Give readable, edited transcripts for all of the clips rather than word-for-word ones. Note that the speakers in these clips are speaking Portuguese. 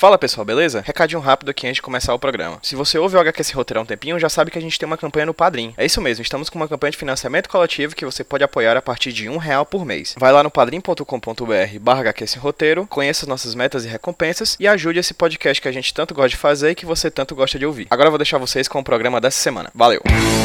Fala pessoal, beleza? Recadinho rápido aqui antes de começar o programa. Se você ouve o HQ Sem Roteiro há um tempinho, já sabe que a gente tem uma campanha no Padrim. É isso mesmo, estamos com uma campanha de financiamento coletivo que você pode apoiar a partir de R$1 por mês. Vai lá no padrim.com.br/HQ Sem Roteiro, conheça as nossas metas e recompensas e ajude esse podcast que a gente tanto gosta de fazer e que você tanto gosta de ouvir. Agora eu vou deixar vocês com o programa dessa semana. Valeu!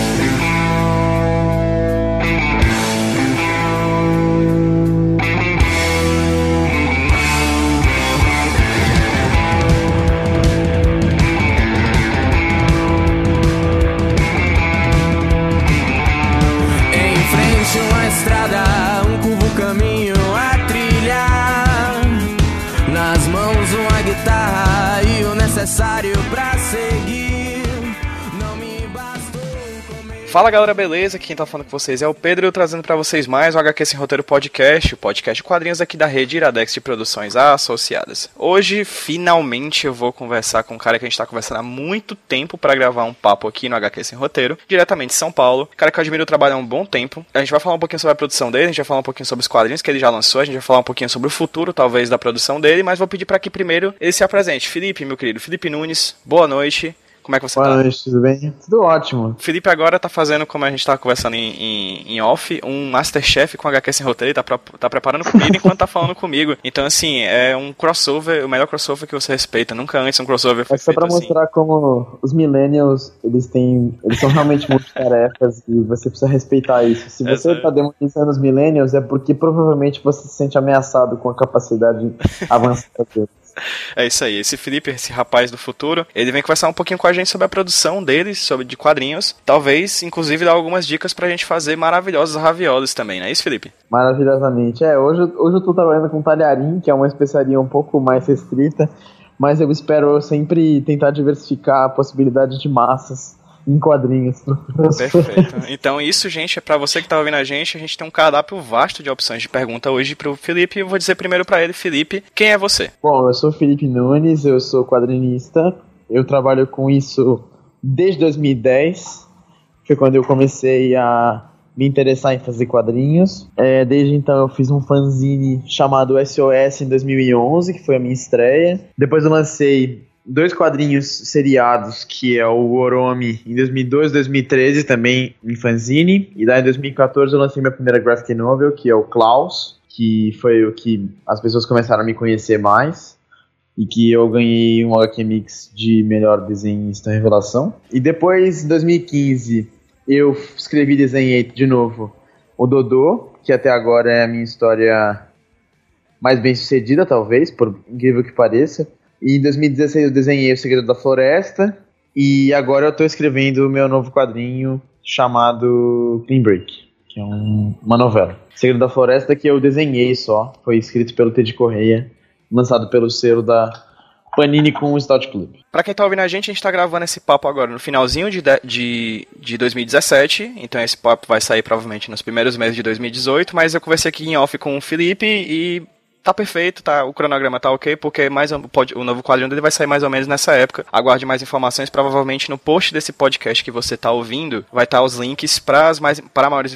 Pra seguir, não me bastou Fala galera, beleza? Quem tá falando com vocês é o Pedro e eu trazendo pra vocês mais o HQ Sem Roteiro Podcast, o podcast de quadrinhos aqui da rede Iradex de Produções Associadas. Hoje, finalmente, eu vou conversar com um cara que a gente tá conversando há muito tempo pra gravar um papo aqui no HQ Sem Roteiro, diretamente de São Paulo. Cara que eu admiro o trabalho há um bom tempo. A gente vai falar um pouquinho sobre a produção dele, a gente vai falar um pouquinho sobre os quadrinhos que ele já lançou, a gente vai falar um pouquinho sobre o futuro, talvez, da produção dele, mas vou pedir pra que primeiro ele se apresente. Felipe, meu querido, Felipe Nunes, boa noite. Como é que você tá? Boa noite, tudo bem? Tudo ótimo. O Felipe agora tá fazendo, como a gente tá conversando em off, um Masterchef com HQ Sem Roteiro, tá preparando comida enquanto tá falando comigo. Então, assim, é um crossover, o melhor crossover que você respeita. Nunca antes um crossover foi feito assim. É só pra mostrar como os millennials, eles são realmente multitarefas e você precisa respeitar isso. Se você tá demonizando os millennials, é porque provavelmente você se sente ameaçado com a capacidade avançada deles. É isso aí, esse Felipe, esse rapaz do futuro, ele vem conversar um pouinho com a gente sobre a produção dele, de quadrinhos, talvez, inclusive, dar algumas dicas pra gente fazer maravilhosos raviolis também, não é isso, Felipe? Maravilhosamente, hoje eu tô trabalhando com talharim, que é uma especiaria um pouco mais restrita, mas eu espero sempre tentar diversificar a possibilidade de massas em quadrinhos. Perfeito. Então isso, gente, é pra você que tá ouvindo a gente tem um cardápio vasto de opções de pergunta hoje pro Felipe. Eu vou dizer primeiro pra ele, Felipe, quem é você? Bom, eu sou o Felipe Nunes, eu sou quadrinista, eu trabalho com isso desde 2010, foi quando eu comecei a me interessar em fazer quadrinhos. Desde então eu fiz um fanzine chamado SOS em 2011, que foi a minha estreia. Depois eu lancei 2 quadrinhos seriados, que é o Oromi em 2012 e 2013, também em fanzine. E daí em 2014 eu lancei minha primeira graphic novel, que é o Klaus, que foi o que as pessoas começaram a me conhecer mais. E que eu ganhei um HQ Mix de melhor desenhista revelação. E depois, em 2015, eu escrevi e desenhei de novo o Dodô, que até agora é a minha história mais bem sucedida, talvez, por incrível que pareça. E em 2016 eu desenhei O Segredo da Floresta. E agora eu tô escrevendo o meu novo quadrinho chamado Clean Break, que é uma novela. O Segredo da Floresta que eu desenhei só. Foi escrito pelo Ted Correia, lançado pelo selo da Panini com o Stout Club. Pra quem tá ouvindo a gente tá gravando esse papo agora no finalzinho de 2017. Então esse papo vai sair provavelmente nos primeiros meses de 2018. Mas eu conversei aqui em off com o Felipe e tá perfeito, tá? O cronograma tá ok, porque o novo quadrinho dele vai sair mais ou menos nessa época. Aguarde mais informações, provavelmente no post desse podcast que você tá ouvindo, vai estar os links para mais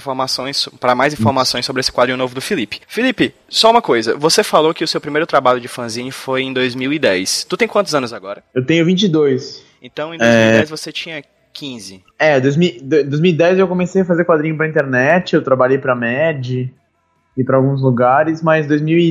informações sobre esse quadrinho novo do Felipe. Felipe, só uma coisa, você falou que o seu primeiro trabalho de fanzine foi em 2010. Tu tem quantos anos agora? Eu tenho 22. Então em 2010 você tinha 15. 2010 eu comecei a fazer quadrinho pra internet, eu trabalhei pra Mad e para alguns lugares, mas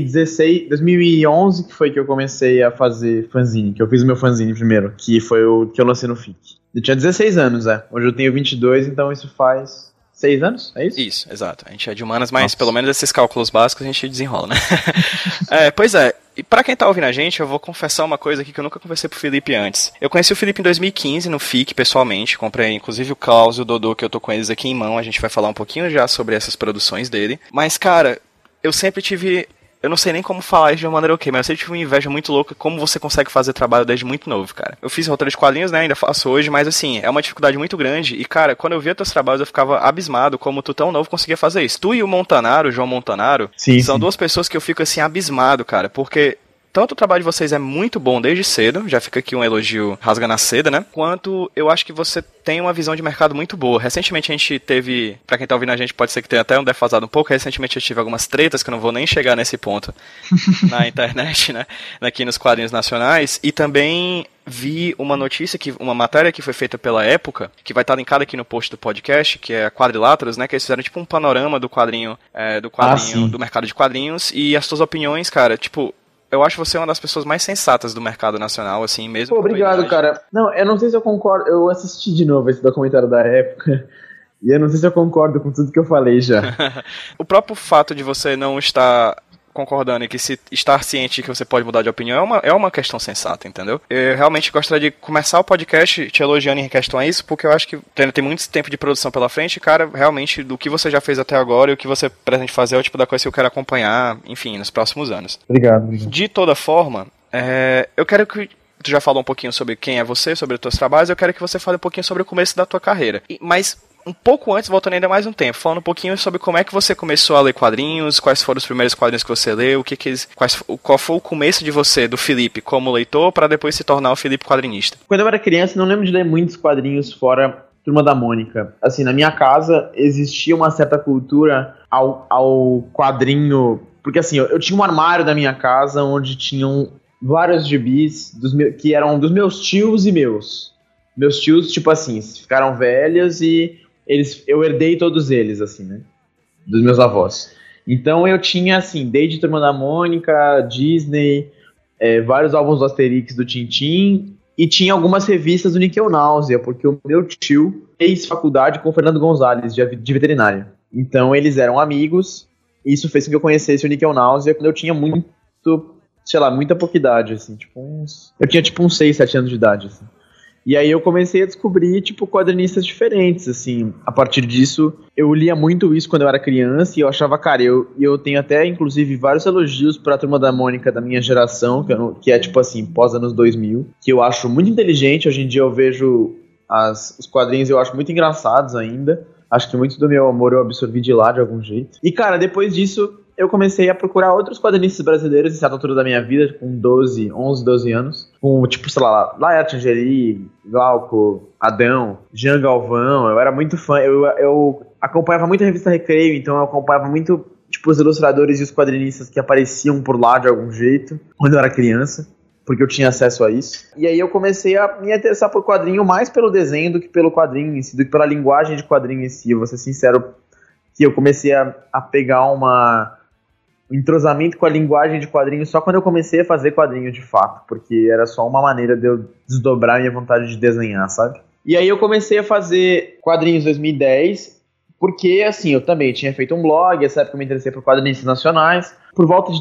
2011 que foi que eu comecei a fazer fanzine, que eu fiz o meu fanzine primeiro, que foi o que eu lancei no FIC. Eu tinha 16 anos, hoje eu tenho 22, então isso faz 6 anos, é isso? Isso, exato. A gente é de humanas, mas pelo menos esses cálculos básicos a gente desenrola, né? Pois é, e pra quem tá ouvindo a gente, eu vou confessar uma coisa aqui que eu nunca conversei pro Felipe antes. Eu conheci o Felipe em 2015 no FIC, pessoalmente, comprei inclusive o Klaus e o Dodô, que eu tô com eles aqui em mão, a gente vai falar um pouquinho já sobre essas produções dele. Mas, cara, eu sempre tive... Eu não sei nem como falar isso de uma maneira ok, mas eu sempre tive uma inveja muito louca como você consegue fazer trabalho desde muito novo, cara. Eu fiz roteiro de quadrinhos, né, ainda faço hoje, mas assim, é uma dificuldade muito grande e, cara, quando eu via teus trabalhos eu ficava abismado como tu tão novo conseguia fazer isso. Tu e o Montanaro, o João Montanaro, são duas pessoas que eu fico assim abismado, cara, porque tanto o trabalho de vocês é muito bom desde cedo, já fica aqui um elogio rasgando a seda, né? Quanto eu acho que você tem uma visão de mercado muito boa. Recentemente a gente teve, pra quem tá ouvindo a gente, pode ser que tenha até um defasado um pouco, recentemente eu tive algumas tretas, que eu não vou nem chegar nesse ponto na internet, né? Aqui nos quadrinhos nacionais, e também vi uma notícia, uma matéria que foi feita pela Época, que vai estar linkada aqui no post do podcast, que é a Quadriláteros, né? Que eles fizeram tipo um panorama do quadrinho, do mercado de quadrinhos, e as suas opiniões, cara, tipo, eu acho você uma das pessoas mais sensatas do mercado nacional, assim, mesmo. Pô, obrigado, cara. Não, eu não sei se eu concordo, eu assisti de novo esse documentário da Época, e eu não sei se eu concordo com tudo que eu falei já. O próprio fato de você não estar concordando e que se estar ciente que você pode mudar de opinião é uma questão sensata, entendeu? Eu realmente gostaria de começar o podcast te elogiando em questão a isso, porque eu acho que tem muito tempo de produção pela frente e, cara, realmente, do que você já fez até agora e o que você pretende fazer é o tipo da coisa que eu quero acompanhar, enfim, nos próximos anos. Obrigado. De toda forma, eu quero que tu já falou um pouquinho sobre quem é você, sobre os teus trabalhos, eu quero que você fale um pouquinho sobre o começo da tua carreira. Mas um pouco antes, voltando ainda mais um tempo, falando um pouquinho sobre como é que você começou a ler quadrinhos, quais foram os primeiros quadrinhos que você leu, qual foi o começo de você, do Felipe, como leitor, para depois se tornar o Felipe quadrinista. Quando eu era criança, eu não lembro de ler muitos quadrinhos fora Turma da Mônica. Assim, na minha casa existia uma certa cultura ao quadrinho, porque assim, eu tinha um armário da minha casa onde tinham vários gibis que eram dos meus tios e meus. Meus tios, tipo assim, ficaram velhos e eu herdei todos eles, assim, né? Dos meus avós. Então eu tinha, assim, desde Turma da Mônica, Disney, vários álbuns do Asterix, do Tintin, e tinha algumas revistas do Níquel Náusea, porque o meu tio fez faculdade com o Fernando Gonzalez, de veterinária. Então eles eram amigos, e isso fez com que eu conhecesse o Níquel Náusea quando eu tinha muita pouca idade, assim, eu tinha tipo uns 6, 7 anos de idade, assim. E aí eu comecei a descobrir, tipo, quadrinistas diferentes, assim. A partir disso, eu lia muito isso quando eu era criança e eu achava, cara, eu tenho até, inclusive, vários elogios pra Turma da Mônica da minha geração, que é, tipo assim, pós-anos 2000, que eu acho muito inteligente. Hoje em dia eu vejo os quadrinhos, eu acho muito engraçados ainda. Acho que muito do meu amor eu absorvi de lá, de algum jeito. E, cara, depois disso, eu comecei a procurar outros quadrinistas brasileiros em certa altura da minha vida, com 11, 12 anos. Com, tipo, sei lá, Laerte Angeli, Glauco, Adão, Jean Galvão. Eu era muito fã. Eu acompanhava muito a revista Recreio, então eu acompanhava muito, tipo, os ilustradores e os quadrinistas que apareciam por lá de algum jeito, quando eu era criança, porque eu tinha acesso a isso. E aí eu comecei a me interessar por quadrinho mais pelo desenho do que pelo quadrinho em si, do que pela linguagem de quadrinho em si. Eu vou ser sincero que eu comecei a pegar um entrosamento com a linguagem de quadrinhos só quando eu comecei a fazer quadrinho de fato, porque era só uma maneira de eu desdobrar minha vontade de desenhar, sabe? E aí eu comecei a fazer quadrinhos em 2010, porque assim, eu também tinha feito um blog, essa época eu me interessei por quadrinhos nacionais. Por volta de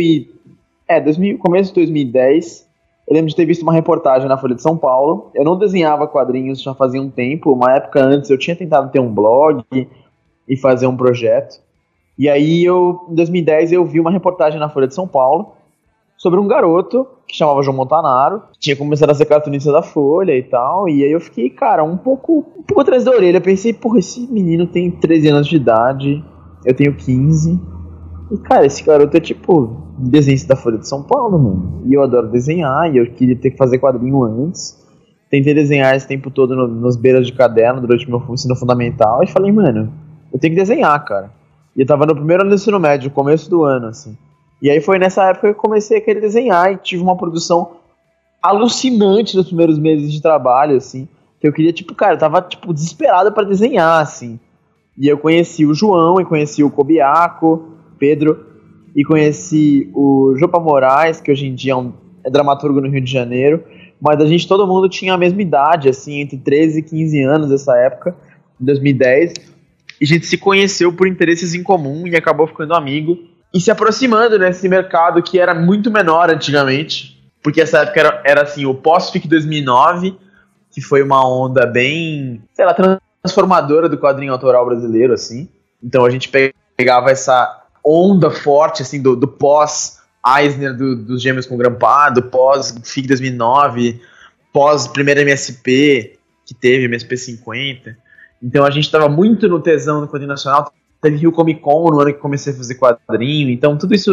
começo de 2010, eu lembro de ter visto uma reportagem na Folha de São Paulo. Eu não desenhava quadrinhos já fazia um tempo, uma época antes eu tinha tentado ter um blog e fazer um projeto. E aí, em 2010, eu vi uma reportagem na Folha de São Paulo sobre um garoto que chamava João Montanaro, que tinha começado a ser cartunista da Folha e tal, e aí eu fiquei, cara, um pouco atrás da orelha. Eu pensei, porra, esse menino tem 13 anos de idade, eu tenho 15, e cara, esse garoto é tipo desenhista da Folha de São Paulo, mano, e eu adoro desenhar, e eu queria ter que fazer quadrinho antes. Tentei desenhar esse tempo todo nos beiras de caderno durante meu ensino fundamental, e falei, mano, eu tenho que desenhar, cara. E eu tava no primeiro ano do ensino médio, começo do ano, assim. E aí foi nessa época que eu comecei a querer desenhar e tive uma produção alucinante nos primeiros meses de trabalho, assim. Que eu queria, tipo, cara, eu tava, tipo, desesperado pra desenhar, assim. E eu conheci o João, e conheci o Kobiaco, Pedro, e conheci o Jopa Moraes, que hoje em dia é dramaturgo no Rio de Janeiro. Mas todo mundo tinha a mesma idade, assim, entre 13 e 15 anos nessa época, em 2010. E a gente se conheceu por interesses em comum e acabou ficando amigo e se aproximando nesse mercado que era muito menor antigamente, porque essa época era assim, o pós-FIC 2009, que foi uma onda bem, sei lá, transformadora do quadrinho autoral brasileiro, assim. Então a gente pegava essa onda forte, assim, do pós-Eisner, dos Gêmeos com Grampá, do pós-FIC 2009, pós-primeiro MSP, que teve MSP 50... Então a gente estava muito no tesão do quadrinho nacional. Teve Rio Comic Con no ano que comecei a fazer quadrinho. Então tudo isso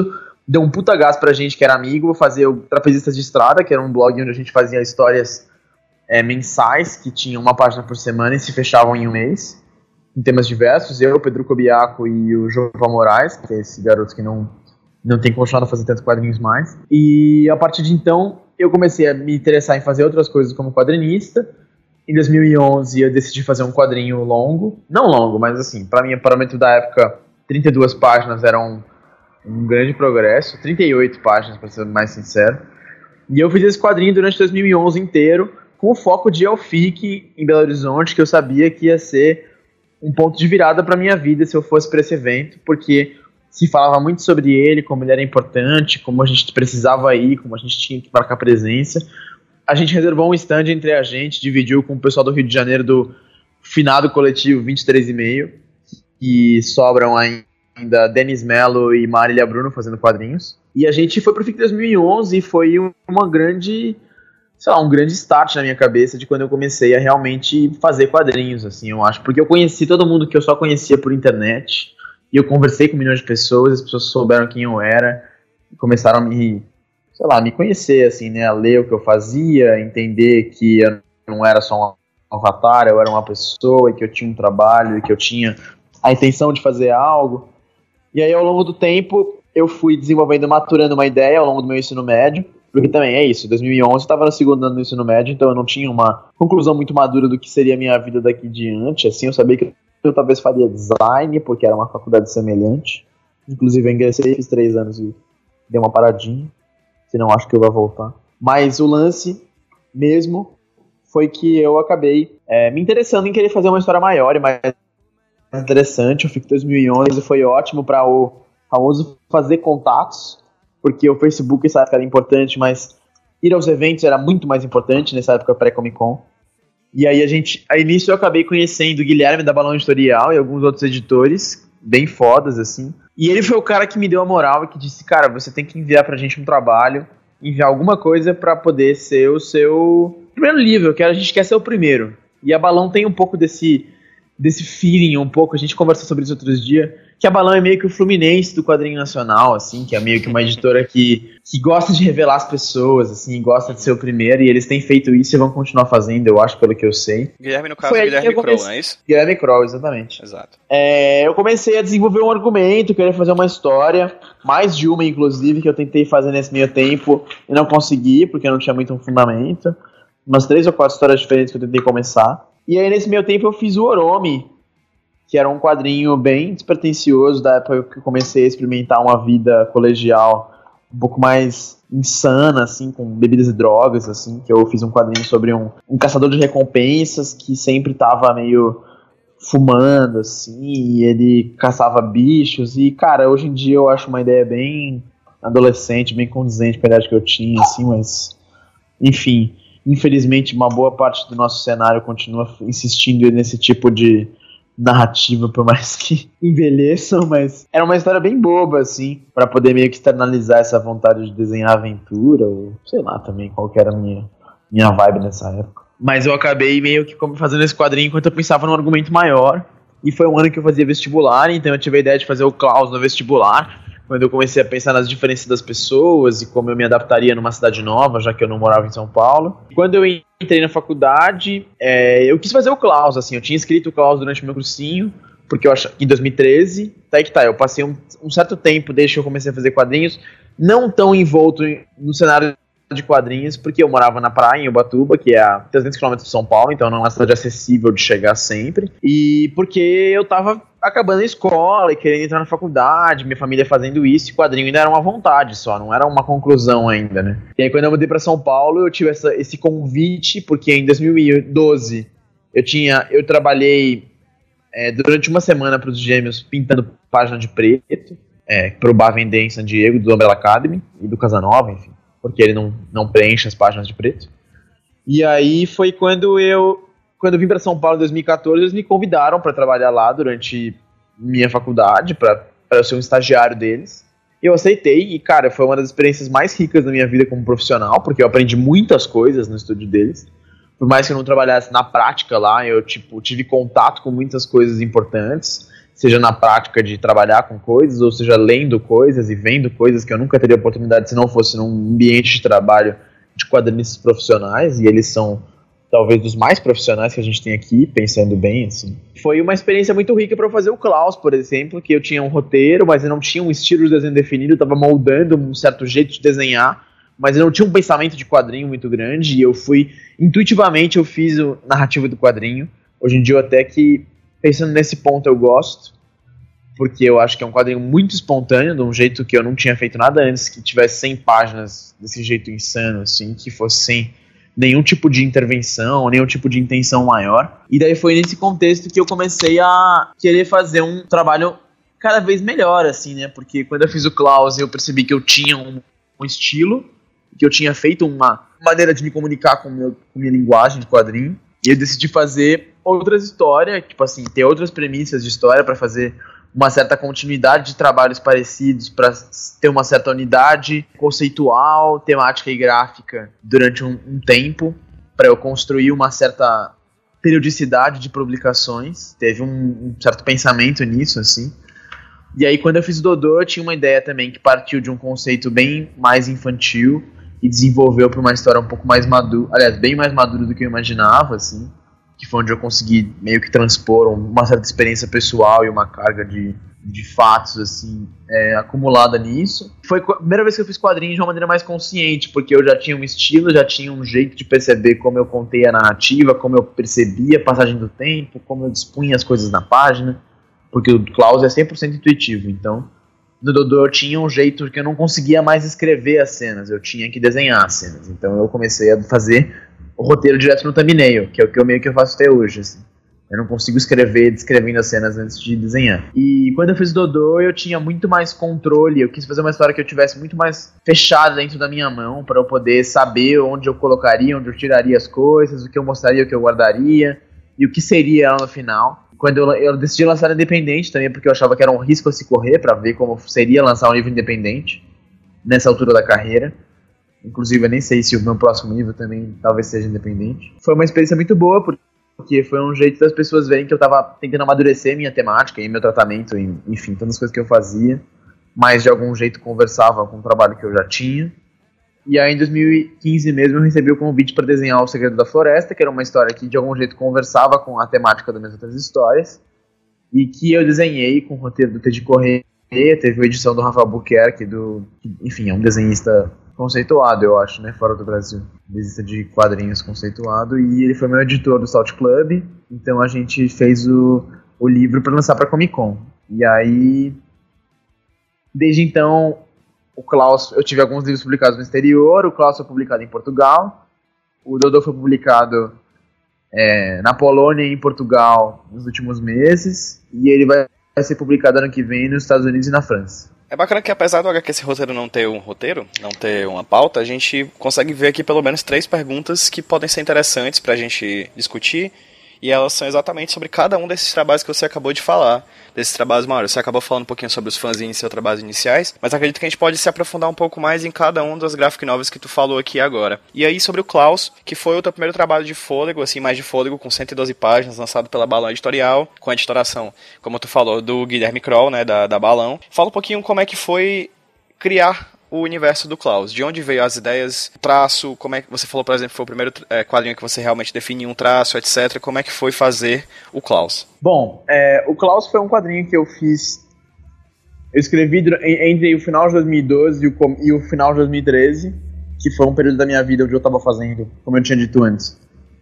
deu um puta gás pra gente que era amigo, fazer o Trapezistas de Estrada, que era um blog onde a gente fazia histórias mensais, que tinham uma página por semana e se fechavam em um mês, em temas diversos. Eu, o Pedro Cobiaco e o João Moraes, que é esse garoto que não tem continuado a fazer tantos quadrinhos mais. E a partir de então, eu comecei a me interessar em fazer outras coisas como quadrinista. Em 2011, eu decidi fazer um quadrinho longo. Não longo, mas assim, para mim, parâmetro da época, 32 páginas eram um grande progresso. 38 páginas, para ser mais sincero. E eu fiz esse quadrinho durante 2011 inteiro, com o foco de Elfic em Belo Horizonte, que eu sabia que ia ser um ponto de virada para minha vida se eu fosse para esse evento, porque se falava muito sobre ele, como ele era importante, como a gente precisava ir, como a gente tinha que marcar presença. A gente reservou um stand entre a gente, dividiu com o pessoal do Rio de Janeiro do finado coletivo 23,5, e sobram ainda Denis Mello e Marília Bruno fazendo quadrinhos. E a gente foi pro FIC 2011 e foi uma grande, sei lá, um grande start na minha cabeça de quando eu comecei a realmente fazer quadrinhos, assim, eu acho. Porque eu conheci todo mundo que eu só conhecia por internet, e eu conversei com milhões de pessoas, as pessoas souberam quem eu era, e começaram a me conhecer, assim, né, a ler o que eu fazia, entender que eu não era só um avatar, eu era uma pessoa, e que eu tinha um trabalho, e que eu tinha a intenção de fazer algo. E aí, ao longo do tempo, eu fui desenvolvendo, maturando uma ideia ao longo do meu ensino médio, porque também é isso, em 2011 eu estava no segundo ano do ensino médio, então eu não tinha uma conclusão muito madura do que seria a minha vida daqui diante, assim, eu sabia que eu talvez faria design, porque era uma faculdade semelhante, inclusive eu ingressei, fiz 3 anos e dei uma paradinha, senão acho que eu vou voltar. Mas o lance mesmo foi que eu acabei me interessando em querer fazer uma história maior e mais interessante. O FIC 2011 foi ótimo para o famoso fazer contatos, porque o Facebook nessa época era importante, mas ir aos eventos era muito mais importante nessa época pré-Comic Con. E aí a início eu acabei conhecendo o Guilherme da Balão Editorial e alguns outros editores bem fodas, assim. E ele foi o cara que me deu a moral e que disse, cara, você tem que enviar pra gente um trabalho, enviar alguma coisa pra poder ser o seu primeiro livro, que a gente quer ser o primeiro. E a Balão tem um pouco desse feeling, um pouco, a gente conversou sobre isso outros dias, que a Balão é meio que o Fluminense do quadrinho nacional, assim, que é meio que uma editora que gosta de revelar as pessoas, assim, gosta de ser o primeiro, e eles têm feito isso e vão continuar fazendo, eu acho, pelo que eu sei. Guilherme, no caso, Guilherme Kroll, não é isso? Guilherme Kroll, exatamente. Exato. Eu comecei a desenvolver um argumento, queria fazer uma história, mais de uma, inclusive, que eu tentei fazer nesse meio tempo e não consegui, porque não tinha muito um fundamento. Umas 3 ou 4 histórias diferentes que eu tentei começar. E aí, nesse meio tempo, eu fiz o Oromi, que era um quadrinho bem despretensioso da época que eu comecei a experimentar uma vida colegial um pouco mais insana, assim, com bebidas e drogas, assim, que eu fiz um quadrinho sobre um caçador de recompensas que sempre tava meio fumando, assim, e ele caçava bichos, e, cara, hoje em dia eu acho uma ideia bem adolescente, bem condizente com a idade que eu tinha, assim, mas, enfim, infelizmente uma boa parte do nosso cenário continua insistindo nesse tipo de narrativa, por mais que envelheçam, mas era uma história bem boba, assim, pra poder meio que externalizar essa vontade de desenhar aventura, ou sei lá também qual que era a minha vibe nessa época. Mas eu acabei meio que fazendo esse quadrinho enquanto eu pensava num argumento maior, e foi um ano que eu fazia vestibular, então eu tive a ideia de fazer o Klaus no vestibular, quando eu comecei a pensar nas diferenças das pessoas e como eu me adaptaria numa cidade nova, já que eu não morava em São Paulo. Quando eu entrei na faculdade, eu quis fazer o Klaus, assim, eu tinha escrito o Klaus durante o meu cursinho, porque eu acho que em 2013, eu passei um certo tempo desde que eu comecei a fazer quadrinhos, não tão envolto no cenário de quadrinhos, porque eu morava na praia, em Ubatuba, que é a 300 km de São Paulo, então não é uma cidade acessível de chegar sempre, e porque eu tava acabando a escola e querendo entrar na faculdade, minha família fazendo isso, e quadrinho ainda era uma vontade só, não era uma conclusão ainda, né? E aí quando eu mudei pra São Paulo, eu tive esse convite, porque em 2012 eu trabalhei durante uma semana pros Gêmeos pintando página de preto, pro Bar Vender em San Diego, do Umbrella Academy e do Casanova, enfim, porque ele não preenche as páginas de preto. E aí foi quando eu vim para São Paulo em 2014, eles me convidaram para trabalhar lá durante minha faculdade, para eu ser um estagiário deles. Eu aceitei e, cara, foi uma das experiências mais ricas da minha vida como profissional, porque eu aprendi muitas coisas no estúdio deles. Por mais que eu não trabalhasse na prática lá, eu tive contato com muitas coisas importantes. seja na prática de trabalhar com coisas, ou seja lendo coisas e vendo coisas que eu nunca teria oportunidade se não fosse num ambiente de trabalho de quadrinistas profissionais, e eles são talvez dos mais profissionais que a gente tem aqui, pensando bem, assim. Foi uma experiência muito rica para eu fazer o Klaus, por exemplo, que eu tinha um roteiro, mas eu não tinha um estilo de desenho definido, eu estava moldando um certo jeito de desenhar, mas eu não tinha um pensamento de quadrinho muito grande, e eu fui, intuitivamente, eu fiz o narrativo do quadrinho. Hoje em dia, eu até que, pensando nesse ponto, eu gosto, porque eu acho que é um quadrinho muito espontâneo, de um jeito que eu não tinha feito nada antes, que tivesse 100 páginas desse jeito insano, assim, que fosse sem nenhum tipo de intervenção, nenhum tipo de intenção maior. E daí foi nesse contexto que eu comecei a querer fazer um trabalho cada vez melhor, assim, né? Porque quando eu fiz o Klaus, eu percebi que eu tinha um estilo, que eu tinha feito uma maneira de me comunicar com minha linguagem de quadrinho. E eu decidi fazer outras histórias, tipo assim, ter outras premissas de história para fazer uma certa continuidade de trabalhos parecidos, para ter uma certa unidade conceitual, temática e gráfica durante um tempo, para eu construir uma certa periodicidade de publicações. Teve um certo pensamento nisso, assim. E aí, quando eu fiz o Dodô, eu tinha uma ideia também que partiu de um conceito bem mais infantil e desenvolveu para uma história um pouco mais madura, aliás, bem mais madura do que eu imaginava, assim, que foi onde eu consegui meio que transpor uma certa experiência pessoal e uma carga de fatos, assim, acumulada nisso. Foi a primeira vez que eu fiz quadrinhos de uma maneira mais consciente, porque eu já tinha um estilo, já tinha um jeito de perceber como eu contei a narrativa, como eu percebia a passagem do tempo, como eu dispunha as coisas na página, porque o Klaus é 100% intuitivo, então no Dodô eu tinha um jeito que eu não conseguia mais escrever as cenas, eu tinha que desenhar as cenas, então eu comecei a fazer o roteiro direto no thumbnail, que é o que eu meio que eu faço até hoje, assim. Eu não consigo escrever descrevendo as cenas antes de desenhar. E quando eu fiz o Dodô, eu tinha muito mais controle, eu quis fazer uma história que eu tivesse muito mais fechada dentro da minha mão, para eu poder saber onde eu colocaria, onde eu tiraria as coisas, o que eu mostraria, o que eu guardaria, e o que seria ela no final. Quando eu decidi lançar independente também, porque eu achava que era um risco a se correr, para ver como seria lançar um livro independente, nessa altura da carreira. Inclusive, eu nem sei se o meu próximo livro também talvez seja independente. Foi uma experiência muito boa, porque foi um jeito das pessoas verem que eu tava tentando amadurecer minha temática e meu tratamento, enfim, todas as coisas que eu fazia, mas de algum jeito conversava com o trabalho que eu já tinha. E aí, em 2015 mesmo, eu recebi o convite para desenhar O Segredo da Floresta, que era uma história que de algum jeito conversava com a temática das minhas outras histórias, e que eu desenhei com o roteiro do Teddy Corrêa. Teve a edição do Rafael Albuquerque, enfim, é um desenhista conceituado, eu acho, né, fora do Brasil, desenhista de quadrinhos conceituado, e ele foi meu editor do Salt Club, então a gente fez o livro para lançar para Comic Con. E aí, desde então, o Klaus, eu tive alguns livros publicados no exterior, o Klaus foi publicado em Portugal, o Dodô foi publicado na Polônia e em Portugal nos últimos meses, e ele vai ser publicado ano que vem nos Estados Unidos e na França. É bacana que apesar do HQ esse roteiro não ter um roteiro, não ter uma pauta, a gente consegue ver aqui pelo menos 3 perguntas que podem ser interessantes pra gente discutir, e elas são exatamente sobre cada um desses trabalhos que você acabou de falar, desses trabalhos maiores. Você acabou falando um pouquinho sobre os fanzines e seus trabalhos iniciais, mas acredito que a gente pode se aprofundar um pouco mais em cada um das graphic novels que tu falou aqui agora. E aí sobre o Klaus, que foi o teu primeiro trabalho de fôlego, assim, mais de fôlego, com 112 páginas, lançado pela Balão Editorial, com a editoração, como tu falou, do Guilherme Kroll, né, da Balão. Fala um pouquinho como é que foi criar o universo do Klaus, de onde veio as ideias, o traço, como é que você falou, por exemplo, foi o primeiro quadrinho que você realmente definiu um traço, etc. Como é que foi fazer o Klaus? Bom, o Klaus foi um quadrinho que eu fiz, eu escrevi entre o final de 2012 e o final de 2013, que foi um período da minha vida onde eu estava fazendo, como eu tinha dito antes,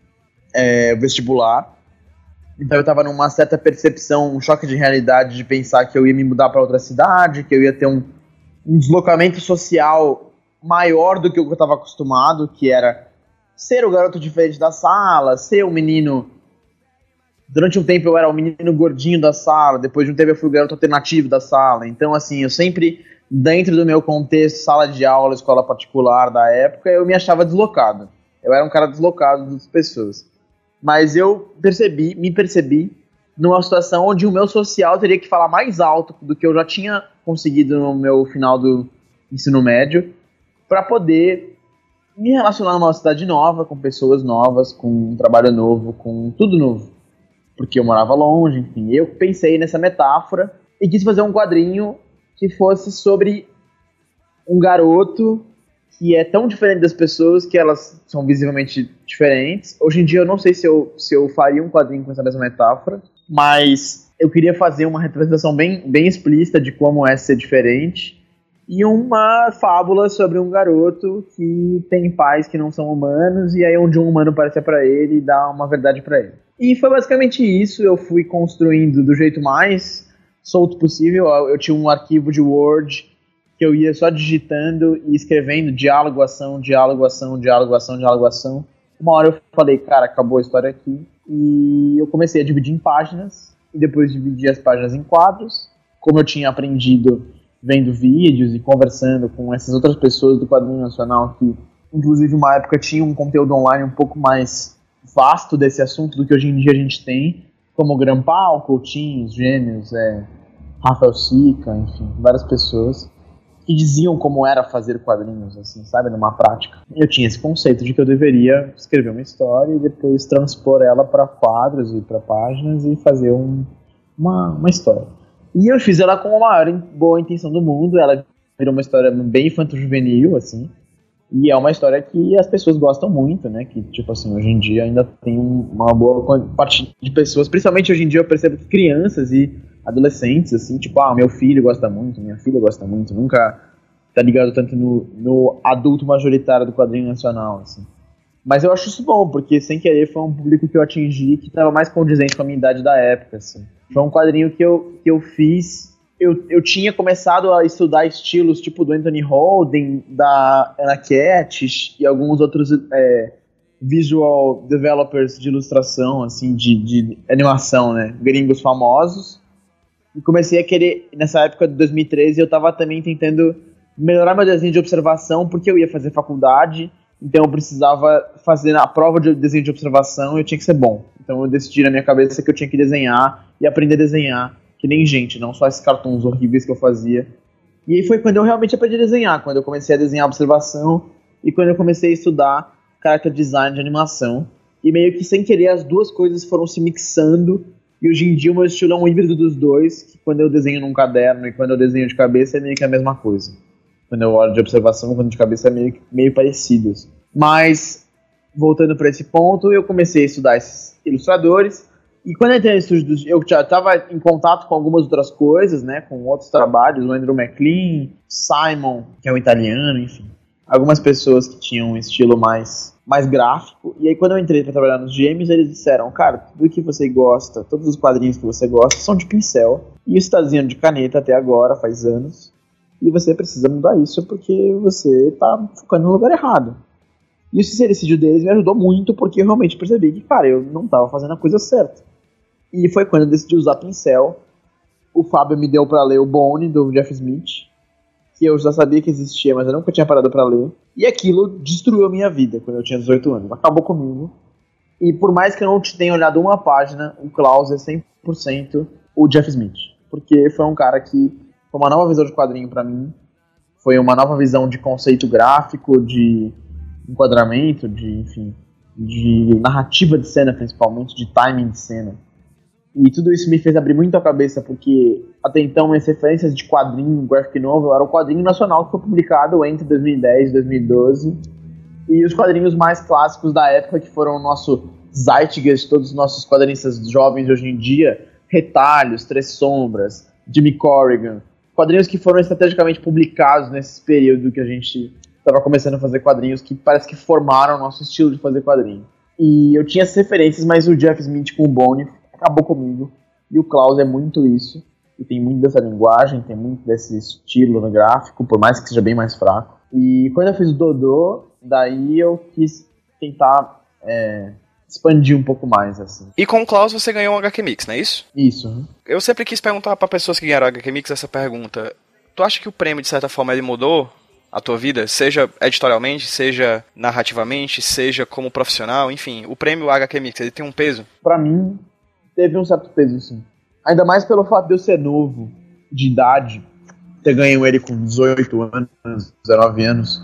vestibular. Então eu estava numa certa percepção, um choque de realidade de pensar que eu ia me mudar para outra cidade, que eu ia ter um deslocamento social maior do que eu estava acostumado, que era ser o garoto diferente da sala, ser o menino... Durante um tempo eu era o menino gordinho da sala, depois de um tempo eu fui o garoto alternativo da sala. Então, assim, eu sempre, dentro do meu contexto, sala de aula, escola particular da época, eu me achava deslocado. Eu era um cara deslocado das pessoas. Mas eu me percebi numa situação onde o meu social teria que falar mais alto do que eu já tinha conseguido no meu final do ensino médio, para poder me relacionar numa cidade nova, com pessoas novas, com um trabalho novo, com tudo novo. porque eu morava longe, enfim. Eu pensei nessa metáfora e quis fazer um quadrinho que fosse sobre um garoto que é tão diferente das pessoas que elas são visivelmente diferentes. Hoje em dia eu não sei se eu faria um quadrinho com essa mesma metáfora, mas eu queria fazer uma representação bem explícita de como é ser diferente e uma fábula sobre um garoto que tem pais que não são humanos e aí onde um humano aparece pra ele e dá uma verdade pra ele. E foi basicamente isso, eu fui construindo do jeito mais solto possível. Eu tinha um arquivo de Word que eu ia só digitando e escrevendo diálogo, ação, diálogo, ação, diálogo, ação, diálogo, ação. Uma hora eu falei, cara, acabou a história aqui. E eu comecei a dividir em páginas e depois dividi as páginas em quadros. Como eu tinha aprendido vendo vídeos e conversando com essas outras pessoas do quadrinho nacional que, inclusive, uma época tinha um conteúdo online um pouco mais vasto desse assunto do que hoje em dia a gente tem, como Grampal, Coutinho, Gêmeos, Rafael Sica, enfim, várias pessoas que diziam como era fazer quadrinhos, assim, sabe, numa prática. Eu tinha esse conceito de que eu deveria escrever uma história e depois transpor ela para quadros e para páginas e fazer uma história. E eu fiz ela com a maior boa intenção do mundo. Ela virou uma história bem infanto-juvenil, assim, e é uma história que as pessoas gostam muito, né, que, tipo assim, hoje em dia ainda tem uma boa parte de pessoas, principalmente hoje em dia eu percebo que crianças e adolescentes, assim, tipo, meu filho gosta muito, minha filha gosta muito, nunca tá ligado tanto no adulto majoritário do quadrinho nacional, assim. Mas eu acho isso bom, porque sem querer foi um público que eu atingi que tava mais condizente com a minha idade da época, assim. Foi um quadrinho que eu fiz. Eu tinha começado a estudar estilos tipo do Anthony Holden, da Anna Cat e alguns outros visual developers de ilustração, assim, de animação, né, gringos famosos. E comecei a querer, nessa época de 2013, eu tava também tentando melhorar meu desenho de observação, porque eu ia fazer faculdade, então eu precisava fazer a prova de desenho de observação e eu tinha que ser bom. Então eu decidi na minha cabeça que eu tinha que desenhar e aprender a desenhar, que nem gente, não só esses cartoons horríveis que eu fazia. E aí foi quando eu realmente aprendi a desenhar, quando eu comecei a desenhar observação e quando eu comecei a estudar character design de animação. E meio que sem querer as duas coisas foram se mixando. E hoje em dia o meu estilo é um híbrido dos dois, que quando eu desenho num caderno e quando eu desenho de cabeça é meio que a mesma coisa. Quando eu olho de observação, quando de cabeça é meio parecidos. Mas, voltando para esse ponto, eu comecei a estudar esses ilustradores. E quando eu entrei no estúdio, eu já estava em contato com algumas outras coisas, né, com outros trabalhos, o Andrew McLean, Simon, que é um italiano, enfim. Algumas pessoas que tinham um estilo mais gráfico. E aí quando eu entrei para trabalhar nos Gêmeos, eles disseram, cara, tudo que você gosta, todos os quadrinhos que você gosta são de pincel. E você está desenhando de caneta até agora, faz anos. E você precisa mudar isso porque você está focando no lugar errado. E esse sincericídio deles me ajudou muito porque eu realmente percebi que, cara, eu não estava fazendo a coisa certa. E foi quando eu decidi usar pincel. O Fábio me deu para ler o Bone, do Jeff Smith, que eu já sabia que existia, mas eu nunca tinha parado para ler. E aquilo destruiu a minha vida quando eu tinha 18 anos. Acabou comigo. E por mais que eu não tenha olhado uma página, o Klaus é 100% o Jeff Smith. Porque foi um cara que foi uma nova visão de quadrinho para mim. Foi uma nova visão de conceito gráfico, de enquadramento, de narrativa de cena, principalmente, de timing de cena. E tudo isso me fez abrir muito a cabeça, porque até então minhas referências de quadrinho, graphic novel, era o quadrinho nacional que foi publicado entre 2010 e 2012. E os quadrinhos mais clássicos da época, que foram o nosso zeitgeist, todos os nossos quadrinistas jovens de hoje em dia, Retalhos, Três Sombras, Jimmy Corrigan, quadrinhos que foram estrategicamente publicados nesse período que a gente estava começando a fazer quadrinhos, que parece que formaram o nosso estilo de fazer quadrinho. E eu tinha essas referências, mas o Jeff Smith com o Bone acabou comigo. E o Klaus é muito isso. E tem muito dessa linguagem, tem muito desse estilo no gráfico, por mais que seja bem mais fraco. E quando eu fiz o Dodô, daí eu quis tentar expandir um pouco mais, assim. E com o Klaus você ganhou um HQ Mix, não é isso? Isso. Eu sempre quis perguntar pra pessoas que ganharam HQ Mix essa pergunta. Tu acha que o prêmio, de certa forma, ele mudou a tua vida? Seja editorialmente, seja narrativamente, seja como profissional, enfim. O prêmio HQ Mix, ele tem um peso? Pra mim, teve um certo peso, sim. Ainda mais pelo fato de eu ser novo, de idade, ter ganho ele com 18 anos, 19 anos,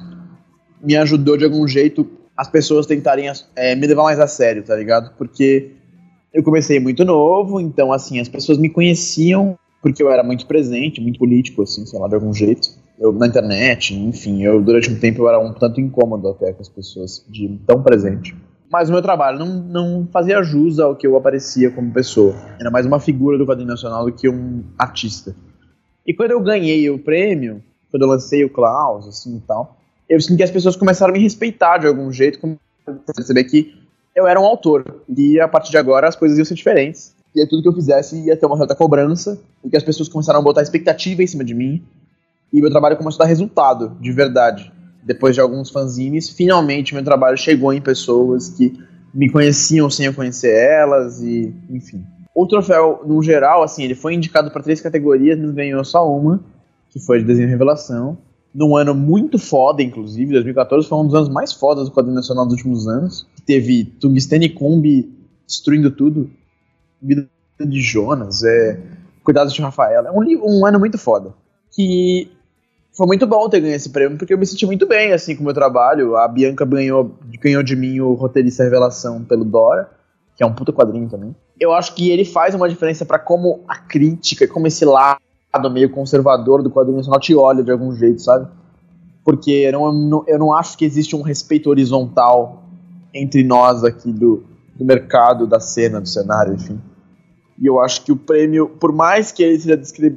me ajudou de algum jeito as pessoas tentarem me levar mais a sério, tá ligado? Porque Eu comecei muito novo, então, assim, as pessoas me conheciam porque eu era muito presente, muito político, assim, sei lá, de algum jeito. Eu, na internet, enfim, durante um tempo eu era um tanto incômodo até com as pessoas de tão presente. Mas o meu trabalho não fazia jus ao que eu aparecia como pessoa. Era mais uma figura do quadrinho nacional do que um artista. E quando eu ganhei o prêmio, quando eu lancei o Klaus, assim e tal, eu senti que as pessoas começaram a me respeitar de algum jeito, começaram a perceber que eu era um autor. E a partir de agora as coisas iam ser diferentes. E aí tudo que eu fizesse ia ter uma certa cobrança, e que as pessoas começaram a botar expectativa em cima de mim, e meu trabalho começou a dar resultado, de verdade. Depois de alguns fanzines, finalmente meu trabalho chegou em pessoas que me conheciam sem eu conhecer elas, e enfim. O troféu, no geral, assim, ele foi indicado para 3 categorias, mas ganhou só uma, que foi de desenho e revelação. Num ano muito foda, inclusive, 2014 foi um dos anos mais fodas do quadrinho nacional dos últimos anos. Teve Tungstênio e Kombi destruindo tudo. Vida de Jonas, Cuidados de Rafaela. É um ano muito foda. Que foi muito bom ter ganho esse prêmio, porque eu me senti muito bem, assim, com o meu trabalho. A Bianca ganhou de mim o roteirista Revelação pelo Dora, que é um puta quadrinho também. Eu acho que ele faz uma diferença pra como a crítica, como esse lado meio conservador do quadrinho nacional te olha de algum jeito, sabe? Porque eu não acho que existe um respeito horizontal entre nós aqui do mercado, da cena, do cenário, enfim. E eu acho que o prêmio, por mais que ele seja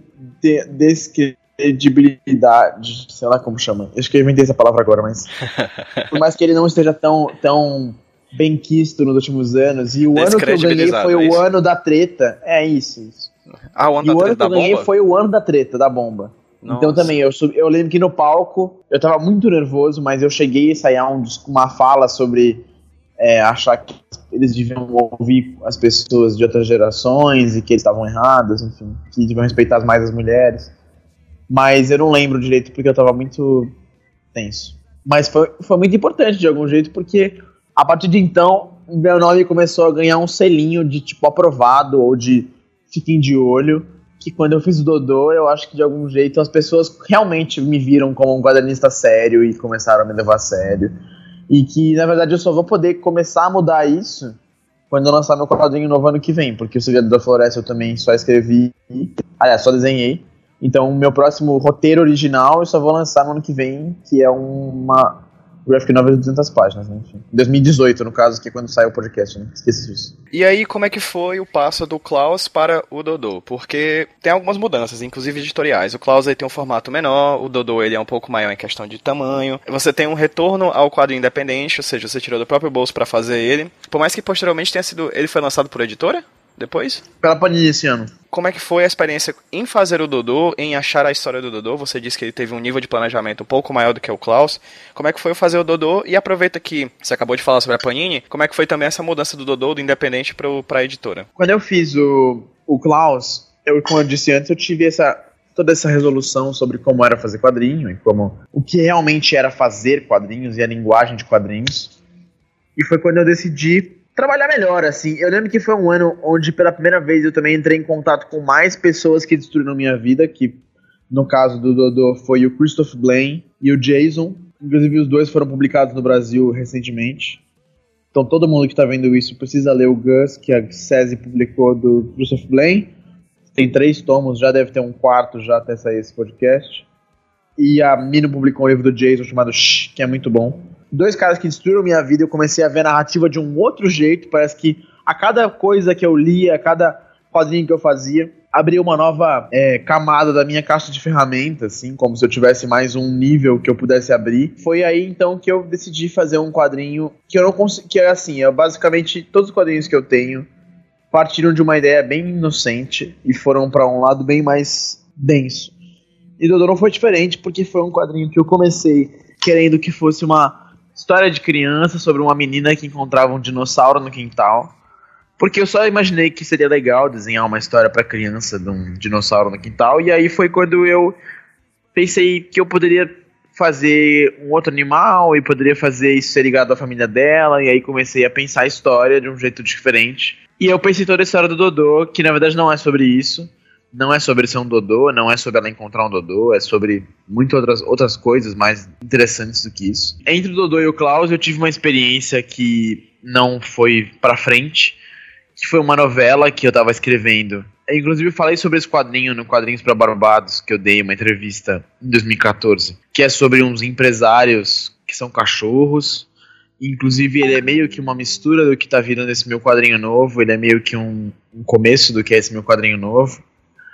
descredibilidade, sei lá como chama, acho que eu inventei essa palavra agora, mas por mais que ele não esteja tão bem quisto nos últimos anos, e o ano que eu ganhei foi o ano da treta, isso. Ah, o ano da treta da bomba? E o ano que eu ganhei foi o ano da treta, da bomba. Nossa. Então também, eu lembro que no palco, eu tava muito nervoso, mas eu cheguei a ensaiar uma fala sobre achar que eles deviam ouvir as pessoas de outras gerações e que eles estavam errados, enfim, que deviam respeitar mais as mulheres. Mas eu não lembro direito porque eu tava muito tenso. Mas foi muito importante de algum jeito, porque a partir de então, meu nome começou a ganhar um selinho de tipo aprovado ou de fiquem de olho, que quando eu fiz o Dodô, eu acho que de algum jeito as pessoas realmente me viram como um quadrinista sério e começaram a me levar a sério. E que, na verdade, eu só vou poder começar a mudar isso quando eu lançar meu quadrinho novo ano que vem, porque o Segredo da Floresta eu também só escrevi, só desenhei. Então, o meu próximo roteiro original eu só vou lançar no ano que vem, que é uma graphic novel de 200 páginas, né? Enfim, 2018, no caso, que é quando sai o podcast, né? Esqueci disso. E aí, como é que foi o passo do Klaus para o Dodô? Porque tem algumas mudanças, inclusive editoriais. O Klaus aí tem um formato menor, o Dodô ele é um pouco maior em questão de tamanho. Você tem um retorno ao quadro independente, ou seja, você tirou do próprio bolso para fazer ele. Por mais que posteriormente tenha sido... Ele foi lançado por editora? Depois? Pela Panini esse ano. Como é que foi a experiência em fazer o Dodô, em achar a história do Dodô? Você disse que ele teve um nível de planejamento um pouco maior do que o Klaus. Como é que foi fazer o Dodô? E aproveita que você acabou de falar sobre a Panini, como é que foi também essa mudança do Dodô, do independente para a editora? Quando eu fiz o Klaus, como eu disse antes, eu tive toda essa resolução sobre como era fazer quadrinho e o que realmente era fazer quadrinhos e a linguagem de quadrinhos. E foi quando eu decidi trabalhar melhor, assim. Eu lembro que foi um ano onde pela primeira vez eu também entrei em contato com mais pessoas que destruíram minha vida, que no caso do Dodô foi o Christopher Blaine e o Jason. Inclusive os dois foram publicados no Brasil recentemente. Então todo mundo que tá vendo isso precisa ler o Gus, que a SESI publicou do Christopher Blaine. Tem 3 tomos, já deve ter um 4 já até sair esse podcast. E a Mino publicou um livro do Jason chamado Shh, que é muito bom. 2 caras que destruíram minha vida, eu comecei a ver a narrativa de um outro jeito. Parece que a cada coisa que eu lia, a cada quadrinho que eu fazia, abria uma nova camada da minha caixa de ferramentas, assim, como se eu tivesse mais um nível que eu pudesse abrir. Foi aí então que eu decidi fazer um quadrinho que eu não consegui, que é assim, basicamente todos os quadrinhos que eu tenho partiram de uma ideia bem inocente e foram para um lado bem mais denso. E Dodô não foi diferente, porque foi um quadrinho que eu comecei querendo que fosse uma história de criança sobre uma menina que encontrava um dinossauro no quintal. Porque eu só imaginei que seria legal desenhar uma história pra criança de um dinossauro no quintal. E aí foi quando eu pensei que eu poderia fazer um outro animal e poderia fazer isso ser ligado à família dela. E aí comecei a pensar a história de um jeito diferente. E eu pensei toda a história do Dodô, que na verdade não é sobre isso. Não é sobre ser um Dodô, não é sobre ela encontrar um Dodô, é sobre muitas outras coisas mais interessantes do que isso. Entre o Dodô e o Klaus eu tive uma experiência que não foi pra frente, que foi uma novela que eu tava escrevendo. Eu, inclusive, falei sobre esse quadrinho no Quadrinhos para Barbados, que eu dei uma entrevista em 2014, que é sobre uns empresários que são cachorros. Inclusive, ele é meio que uma mistura do que tá virando esse meu quadrinho novo. Ele é meio que um começo do que é esse meu quadrinho novo.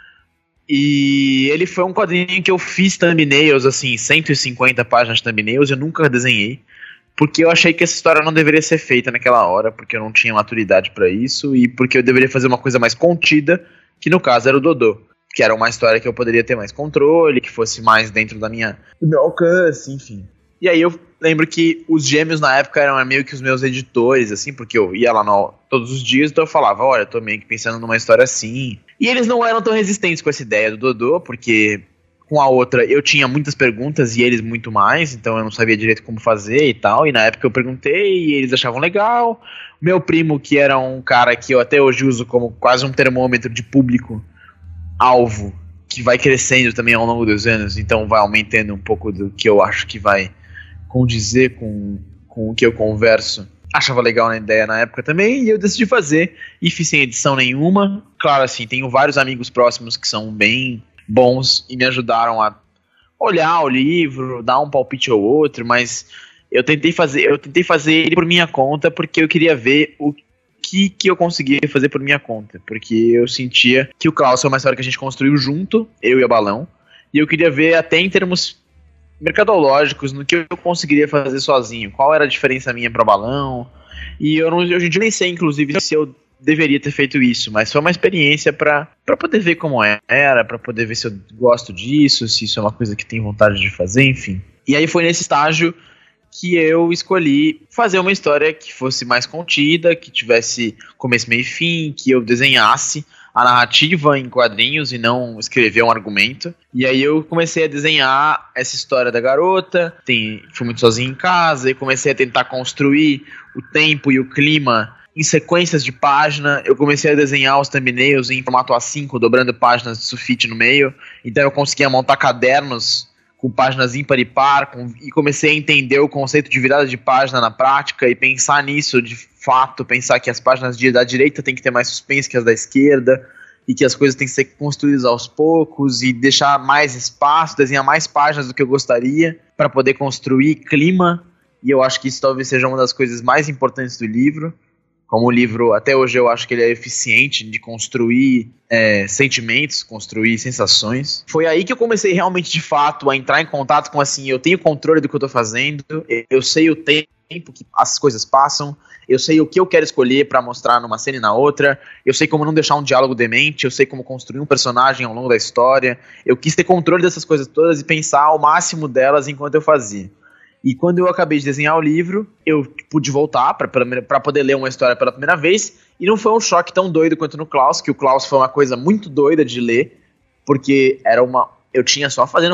E ele foi um quadrinho que eu fiz thumbnails, assim, 150 páginas de thumbnails. Eu nunca desenhei, porque eu achei que essa história não deveria ser feita naquela hora, porque eu não tinha maturidade pra isso, e porque eu deveria fazer uma coisa mais contida, que no caso era o Dodô, que era uma história que eu poderia ter mais controle, que fosse mais dentro do meu alcance, enfim. E aí eu lembro que os gêmeos na época eram meio que os meus editores, assim, porque eu ia lá todos os dias, então eu falava, olha, eu tô meio que pensando numa história assim. E eles não eram tão resistentes com essa ideia do Dodô, porque com a outra eu tinha muitas perguntas e eles muito mais, então eu não sabia direito como fazer e tal, e na época eu perguntei e eles achavam legal. Meu primo, que era um cara que eu até hoje uso como quase um termômetro de público-alvo, que vai crescendo também ao longo dos anos, então vai aumentando um pouco do que eu acho que vai condizer com o que eu converso. Achava legal na ideia na época também, e eu decidi fazer, e fiz sem edição nenhuma. Claro, assim, tenho vários amigos próximos que são bem bons e me ajudaram a olhar o livro, dar um palpite ou outro, mas eu tentei fazer ele por minha conta, porque eu queria ver o que eu conseguia fazer por minha conta, porque eu sentia que o Klaus é uma história que a gente construiu junto, eu e a Balão, e eu queria ver até em termos mercadológicos no que eu conseguiria fazer sozinho, qual era a diferença minha para Balão, e hoje em dia nem sei, inclusive, se eu deveria ter feito isso, mas foi uma experiência para poder ver como era, para poder ver se eu gosto disso, se isso é uma coisa que tenho vontade de fazer, enfim. E aí foi nesse estágio que eu escolhi fazer uma história que fosse mais contida, que tivesse começo, meio e fim, que eu desenhasse a narrativa em quadrinhos e não escrever um argumento. E aí eu comecei a desenhar essa história da garota, fui muito sozinho em casa, e comecei a tentar construir o tempo e o clima em sequências de página. Eu comecei a desenhar os thumbnails em formato A5, dobrando páginas de sulfite no meio, então eu conseguia montar cadernos com páginas ímpar e par, e comecei a entender o conceito de virada de página na prática e pensar nisso de fato, pensar que as páginas da direita tem que ter mais suspense que as da esquerda, e que as coisas têm que ser construídas aos poucos, e deixar mais espaço, desenhar mais páginas do que eu gostaria, para poder construir clima, e eu acho que isso talvez seja uma das coisas mais importantes do livro. Como o livro, até hoje eu acho que ele é eficiente de construir sentimentos, construir sensações. Foi aí que eu comecei realmente, de fato, a entrar em contato com, assim, eu tenho controle do que eu tô fazendo, eu sei o tempo que as coisas passam, eu sei o que eu quero escolher pra mostrar numa cena e na outra, eu sei como não deixar um diálogo demente, eu sei como construir um personagem ao longo da história. Eu quis ter controle dessas coisas todas e pensar ao máximo delas enquanto eu fazia. E quando eu acabei de desenhar o livro, eu pude voltar pra poder ler uma história pela primeira vez, e não foi um choque tão doido quanto no Klaus, que o Klaus foi uma coisa muito doida de ler, porque eu tinha só fazendo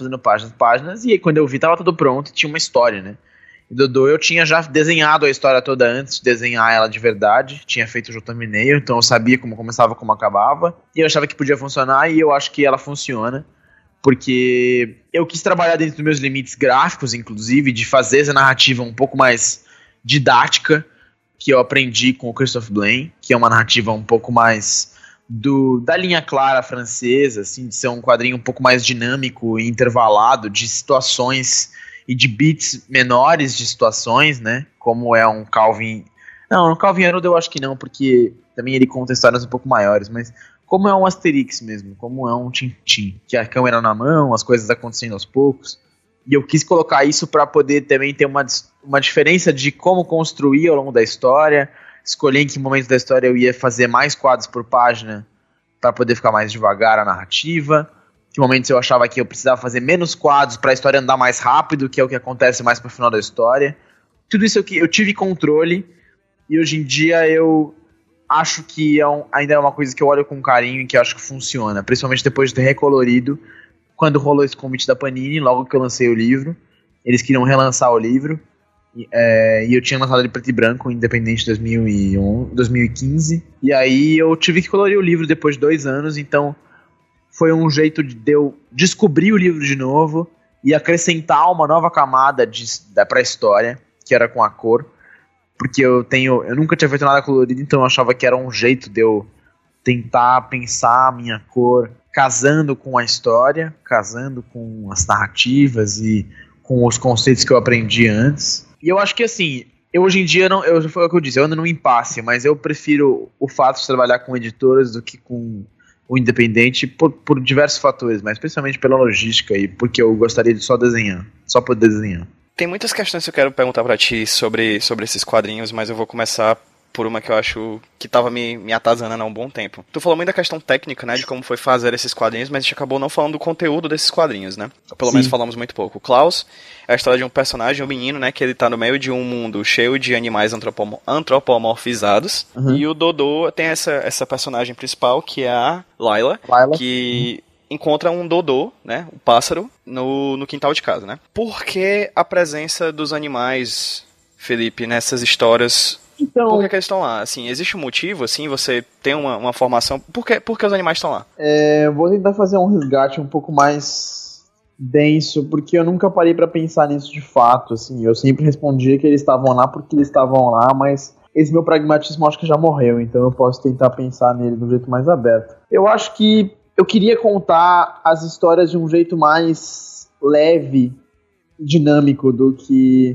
páginas, e aí quando eu vi tava tudo pronto e tinha uma história, né? E Dodô eu tinha já desenhado a história toda antes de desenhar ela de verdade, tinha feito o thumbnail, então eu sabia como começava, como acabava, e eu achava que podia funcionar, e eu acho que ela funciona. Porque eu quis trabalhar dentro dos meus limites gráficos, inclusive, de fazer essa narrativa um pouco mais didática, que eu aprendi com o Christophe Blaine, que é uma narrativa um pouco mais da linha clara francesa, assim, de ser um quadrinho um pouco mais dinâmico e intervalado, de situações e de beats menores de situações, né, como é um Calvin... Não, no Calvin Haroldo eu acho que não, porque também ele conta histórias um pouco maiores, mas... como é um Asterix mesmo, como é um Tintin, que a câmera na mão, as coisas acontecendo aos poucos. E eu quis colocar isso para poder também ter uma diferença de como construir ao longo da história, escolher em que momento da história eu ia fazer mais quadros por página para poder ficar mais devagar a narrativa, que momentos eu achava que eu precisava fazer menos quadros para a história andar mais rápido, que é o que acontece mais para o final da história. Tudo isso eu tive controle, e hoje em dia eu acho que ainda é uma coisa que eu olho com carinho e que eu acho que funciona, principalmente depois de ter recolorido, quando rolou esse convite da Panini, logo que eu lancei o livro. Eles queriam relançar o livro, e eu tinha lançado ele preto e branco, independente, 2015, e aí eu tive que colorir o livro depois de 2 anos, então foi um jeito de eu descobrir o livro de novo e acrescentar uma nova camada pra história, que era com a cor. porque eu nunca tinha feito nada colorido, então eu achava que era um jeito de eu tentar pensar a minha cor casando com a história, casando com as narrativas e com os conceitos que eu aprendi antes. E eu acho que assim, eu hoje em dia foi o que eu disse, eu ando num impasse, mas eu prefiro o fato de trabalhar com editoras do que com o independente por diversos fatores, mas principalmente pela logística e porque eu gostaria de só poder desenhar. Tem muitas questões que eu quero perguntar pra ti sobre esses quadrinhos, mas eu vou começar por uma que eu acho que tava me atazanando há um bom tempo. Tu falou muito da questão técnica, né, de como foi fazer esses quadrinhos, mas a gente acabou não falando do conteúdo desses quadrinhos, né? Pelo menos falamos muito pouco. O Klaus é a história de um personagem, um menino, né, que ele tá no meio de um mundo cheio de animais antropomorfizados, e o Dodô tem essa personagem principal, que é a Layla. Que encontra um Dodô, né, um pássaro, no quintal de casa, né? Por que a presença dos animais, Felipe, nessas histórias? Então, por que eles estão lá? Assim, existe um motivo, assim, você tem uma formação... Por que os animais estão lá? Vou tentar fazer um resgate um pouco mais denso, porque eu nunca parei pra pensar nisso de fato, assim. Eu sempre respondia que eles estavam lá porque eles estavam lá, mas esse meu pragmatismo acho que já morreu, então eu posso tentar pensar nele de um jeito mais aberto. Eu acho que eu queria contar as histórias de um jeito mais leve, dinâmico do que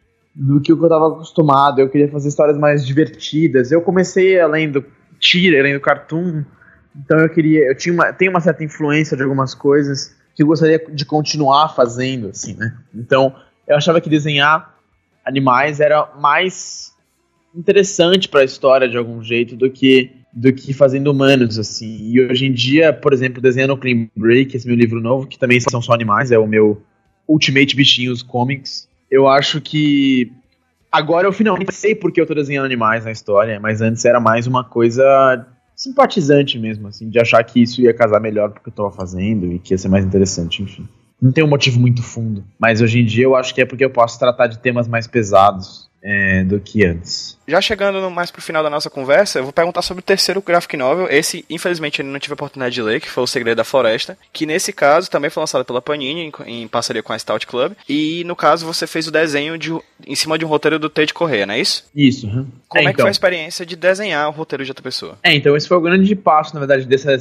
o que eu estava acostumado. Eu queria fazer histórias mais divertidas. Eu comecei lendo tira, lendo cartoon, então tenho uma certa influência de algumas coisas que eu gostaria de continuar fazendo, assim, né? Então, eu achava que desenhar animais era mais interessante para a história de algum jeito do que fazendo humanos, assim. E hoje em dia, por exemplo, desenhando o Clean Break, esse meu livro novo, que também são só animais, é o meu Ultimate Bichinhos Comics. Eu acho que agora eu finalmente sei porque eu tô desenhando animais na história, mas antes era mais uma coisa simpatizante mesmo, assim, de achar que isso ia casar melhor com o que eu tava fazendo e que ia ser mais interessante, enfim. Não tem um motivo muito fundo, mas hoje em dia eu acho que é porque eu posso tratar de temas mais pesados do que antes. Já chegando mais pro final da nossa conversa, eu vou perguntar sobre o terceiro graphic novel. Esse, infelizmente, eu não tive a oportunidade de ler, que foi O Segredo da Floresta, que nesse caso também foi lançado pela Panini, em parceria com a Stout Club, e no caso você fez o desenho em cima de um roteiro do Ted Corrêa, não é isso? Isso. Como é que foi a experiência de desenhar o roteiro de outra pessoa? Então esse foi o grande passo, na verdade, dessa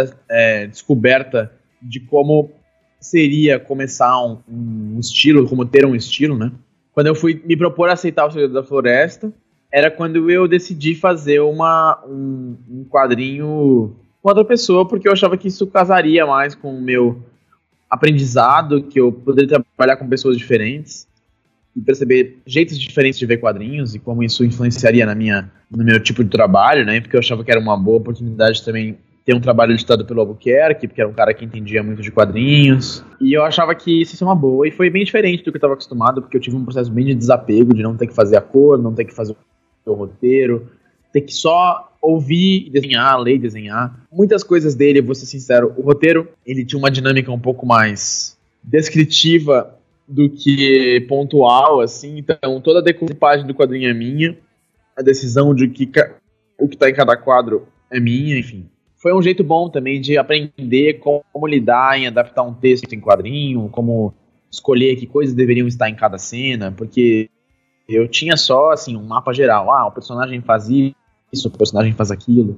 descoberta de como seria começar um estilo, como ter um estilo, né? Quando eu fui me propor a aceitar O Segredo da Floresta, era quando eu decidi fazer um quadrinho com outra pessoa, porque eu achava que isso casaria mais com o meu aprendizado, que eu poderia trabalhar com pessoas diferentes e perceber jeitos diferentes de ver quadrinhos e como isso influenciaria no meu tipo de trabalho, né? Porque eu achava que era uma boa oportunidade também ter um trabalho editado pelo Albuquerque, porque era um cara que entendia muito de quadrinhos. E eu achava que isso ia ser uma boa. E foi bem diferente do que eu estava acostumado, porque eu tive um processo bem de desapego, de não ter que fazer a cor, não ter que fazer o roteiro, ter que só ouvir, desenhar, ler e desenhar. Muitas coisas dele, eu vou ser sincero, o roteiro, ele tinha uma dinâmica um pouco mais descritiva do que pontual, assim. Então, toda a decoupagem do quadrinho é minha, a decisão de que o que está em cada quadro é minha, enfim. Foi um jeito bom também de aprender como lidar em adaptar um texto em quadrinho, como escolher que coisas deveriam estar em cada cena, porque eu tinha só, assim, um mapa geral. O personagem faz isso, o personagem faz aquilo.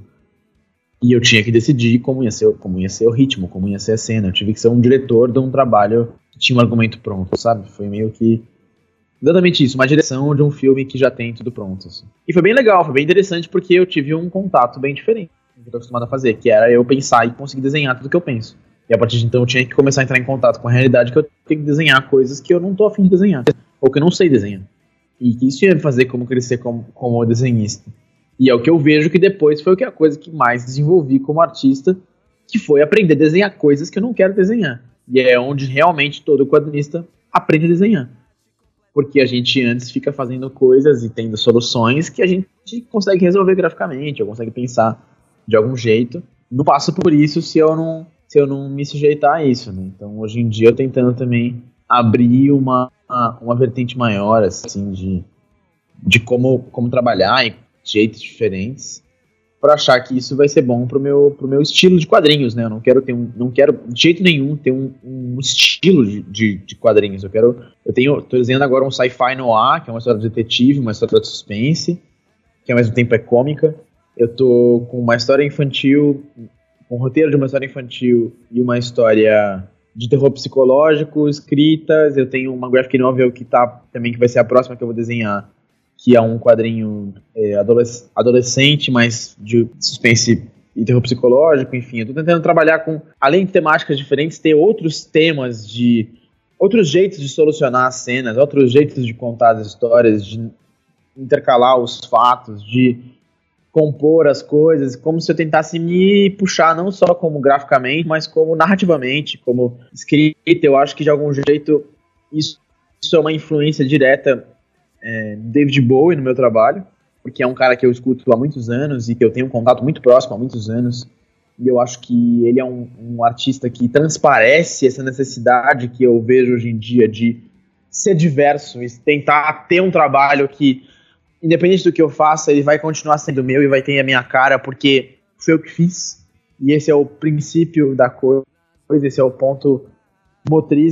E eu tinha que decidir como ia ser o ritmo, como ia ser a cena. Eu tive que ser um diretor de um trabalho que tinha um argumento pronto, sabe? Foi meio que exatamente isso, uma direção de um filme que já tem tudo pronto, assim. E foi bem legal, foi bem interessante, porque eu tive um contato bem diferente do que eu tô acostumado a fazer, que era eu pensar e conseguir desenhar tudo que eu penso. E a partir de então eu tinha que começar a entrar em contato com a realidade que eu tenho que desenhar coisas que eu não tô afim de desenhar, ou que eu não sei desenhar. E que isso ia me fazer crescer como desenhista. E é o que eu vejo que depois foi a coisa que mais desenvolvi como artista, que foi aprender a desenhar coisas que eu não quero desenhar. E é onde realmente todo quadrinista aprende a desenhar. Porque a gente antes fica fazendo coisas e tendo soluções que a gente consegue resolver graficamente, ou consegue pensar de algum jeito. Não passo por isso se eu não me sujeitar a isso, né? Então hoje em dia eu tentando também abrir uma vertente maior, assim, de como trabalhar em jeitos diferentes. pra achar que isso vai ser bom pro meu estilo de quadrinhos, né? Eu não quero de jeito nenhum ter um estilo de quadrinhos. Tô desenhando agora um sci-fi noir, que é uma história de detetive, uma história de suspense, que ao mesmo tempo é cômica. Eu tô com uma história infantil, com um roteiro de uma história infantil e uma história de terror psicológico escritas. Eu tenho uma graphic novel que vai ser a próxima que eu vou desenhar, que é um quadrinho adolescente, mas de suspense e terror psicológico, enfim. Eu tô tentando trabalhar com, além de temáticas diferentes, ter outros temas, outros jeitos de solucionar as cenas, outros jeitos de contar as histórias, de intercalar os fatos, de compor as coisas, como se eu tentasse me puxar não só como graficamente, mas como narrativamente, como escrita. Eu acho que de algum jeito isso é uma influência direta David Bowie no meu trabalho, porque é um cara que eu escuto há muitos anos e que eu tenho um contato muito próximo há muitos anos, e eu acho que ele é um artista que transparece essa necessidade que eu vejo hoje em dia de ser diverso e tentar ter um trabalho que, independente do que eu faça, ele vai continuar sendo meu e vai ter a minha cara, porque foi eu que fiz, e esse é o princípio da coisa, esse é o ponto motriz